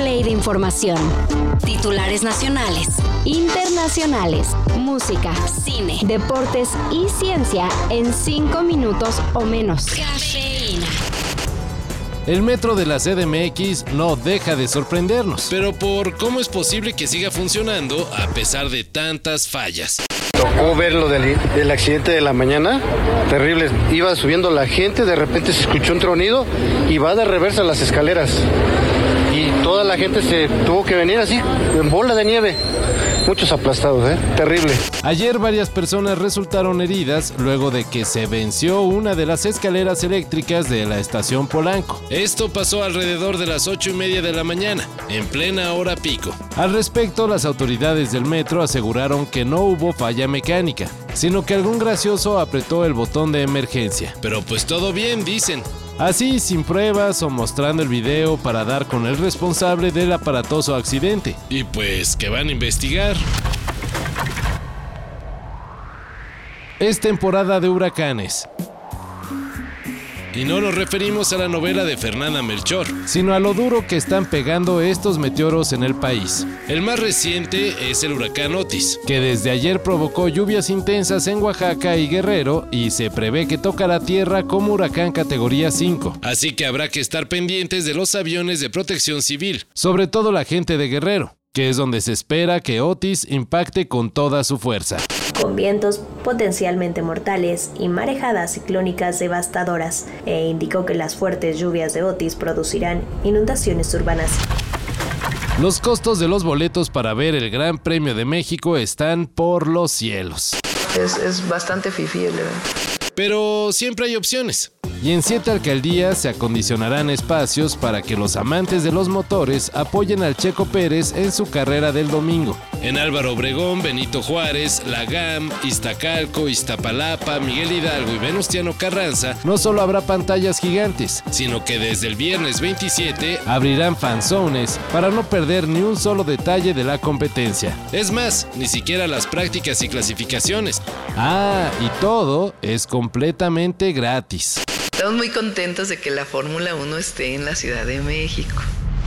update de información. Titulares nacionales, internacionales, música, cine, deportes y ciencia en 5 minutos o menos. Cafeína. El metro de la CDMX no deja de sorprendernos. Pero por cómo es posible que siga funcionando a pesar de tantas fallas. Tocó ver lo del accidente de la mañana, terrible. Iba subiendo la gente, de repente se escuchó un tronido y va de reversa a las escaleras. Y toda la gente se tuvo que venir así, en bola de nieve. Muchos aplastados, terrible. Ayer varias personas resultaron heridas luego de que se venció una de las escaleras eléctricas de la estación Polanco. Esto pasó alrededor de las 8:30 de la mañana, en plena hora pico. Al respecto, las autoridades del metro aseguraron que no hubo falla mecánica, sino que algún gracioso apretó el botón de emergencia. Pero pues todo bien, dicen. Así, sin pruebas o mostrando el video para dar con el responsable del aparatoso accidente. Y pues que van a investigar. Es temporada de huracanes. Y no nos referimos a la novela de Fernanda Melchor, sino a lo duro que están pegando estos meteoros en el país. El más reciente es el huracán Otis, que desde ayer provocó lluvias intensas en Oaxaca y Guerrero y se prevé que tocará tierra como huracán categoría 5. Así que habrá que estar pendientes de los aviones de protección civil, sobre todo la gente de Guerrero, que es donde se espera que Otis impacte con toda su fuerza. Con vientos potencialmente mortales y marejadas ciclónicas devastadoras, e indicó que las fuertes lluvias de Otis producirán inundaciones urbanas. Los costos de los boletos para ver el Gran Premio de México están por los cielos. Es bastante fifí el evento. Pero siempre hay opciones. Y en 7 alcaldías se acondicionarán espacios para que los amantes de los motores apoyen al Checo Pérez en su carrera del domingo. En Álvaro Obregón, Benito Juárez, La GAM, Iztacalco, Iztapalapa, Miguel Hidalgo y Venustiano Carranza no solo habrá pantallas gigantes, sino que desde el viernes 27 abrirán fanzones para no perder ni un solo detalle de la competencia. Es más, ni siquiera las prácticas y clasificaciones. Y todo es completamente gratis. Estamos muy contentos de que la Fórmula 1 esté en la Ciudad de México.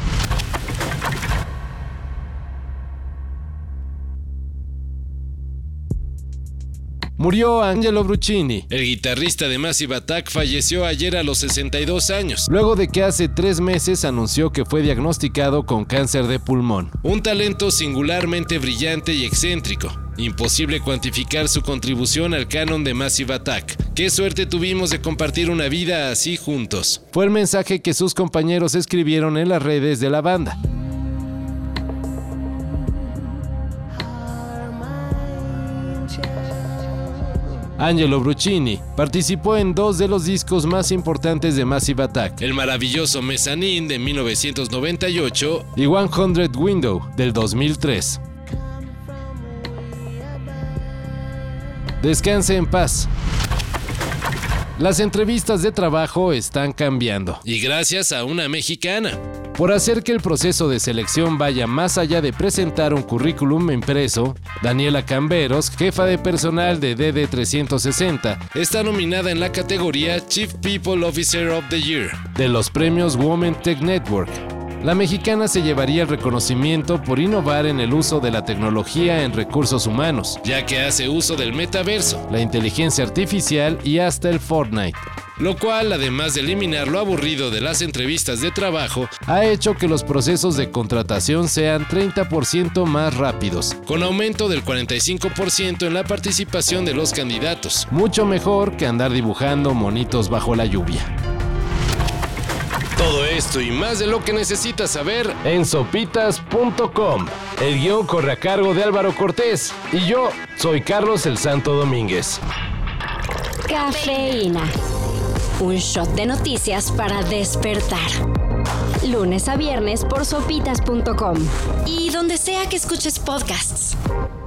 Murió Angelo Bruccini. El guitarrista de Massive Attack falleció ayer a los 62 años, luego de que hace 3 meses anunció que fue diagnosticado con cáncer de pulmón. Un talento singularmente brillante y excéntrico. Imposible cuantificar su contribución al canon de Massive Attack. Qué suerte tuvimos de compartir una vida así juntos. Fue el mensaje que sus compañeros escribieron en las redes de la banda. Angelo Bruccini participó en 2 de los discos más importantes de Massive Attack, el maravilloso Mezzanine de 1998 y 100 Window del 2003. Descanse en paz. Las entrevistas de trabajo están cambiando, y gracias a una mexicana. Por hacer que el proceso de selección vaya más allá de presentar un currículum impreso, Daniela Camberos, jefa de personal de DD360, está nominada en la categoría Chief People Officer of the Year de los premios Women Tech Network. La mexicana se llevaría el reconocimiento por innovar en el uso de la tecnología en recursos humanos, ya que hace uso del metaverso, la inteligencia artificial y hasta el Fortnite. Lo cual, además de eliminar lo aburrido de las entrevistas de trabajo, ha hecho que los procesos de contratación sean 30% más rápidos, con aumento del 45% en la participación de los candidatos. Mucho mejor que andar dibujando monitos bajo la lluvia. Todo esto y más de lo que necesitas saber en sopitas.com. El guión corre a cargo de Álvaro Cortés y yo soy Carlos el Santo Domínguez. Cafeína. Un shot de noticias para despertar. Lunes a viernes por sopitas.com y donde sea que escuches podcasts.